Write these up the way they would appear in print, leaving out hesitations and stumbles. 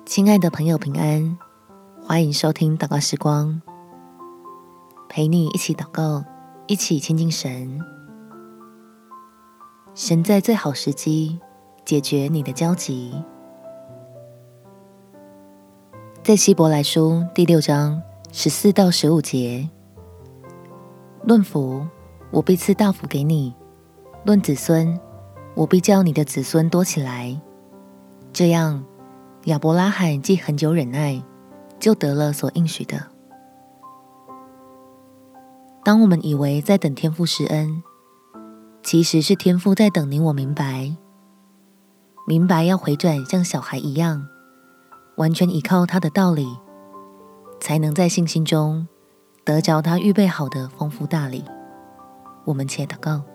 亲爱的朋友，平安，欢迎收听祷告时光，陪你一起祷告，一起亲近神。神在最好时机解决你的焦急。在希伯来书第6章14到15节，论福，我必赐大福给你；论子孙，我必叫你的子孙多起来。这样，亚伯拉罕既很久忍耐，就得了所应许的。当我们以为在等天父施恩，其实是天父在等你我明白要回转像小孩一样，完全依靠他的道理，才能在信心中得着他预备好的丰富大礼。我们且祷告。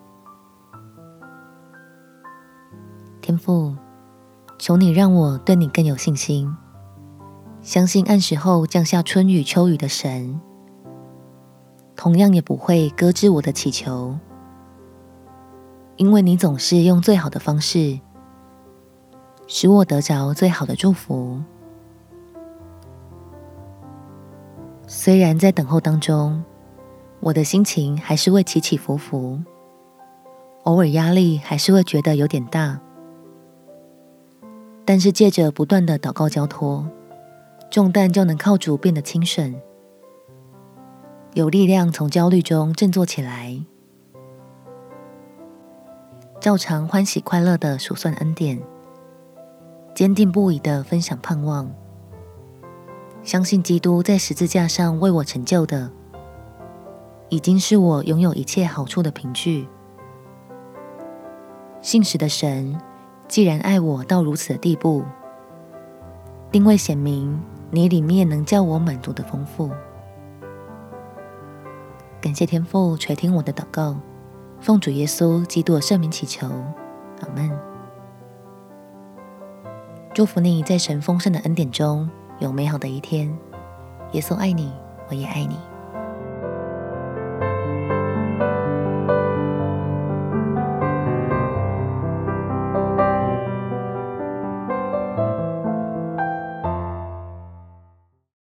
天父，求你让我对你更有信心，相信按时候降下春雨秋雨的神，同样也不会搁置我的祈求，因为你总是用最好的方式使我得着最好的祝福。虽然在等候当中，我的心情还是会起起伏伏，偶尔压力还是会觉得有点大，但是借着不断的祷告交托，重担就能靠主变得轻省，有力量从焦虑中振作起来，照常欢喜快乐的数算恩典，坚定不移的分享盼望，相信基督在十字架上为我成就的，已经是我拥有一切好处的凭据。信实的神既然爱我到如此的地步，定会显明你里面能叫我满足的丰富。感谢天父垂听我的祷告，奉主耶稣基督的圣名祈求，阿们。祝福你在神丰盛的恩典中有美好的一天。耶稣爱你，我也爱你。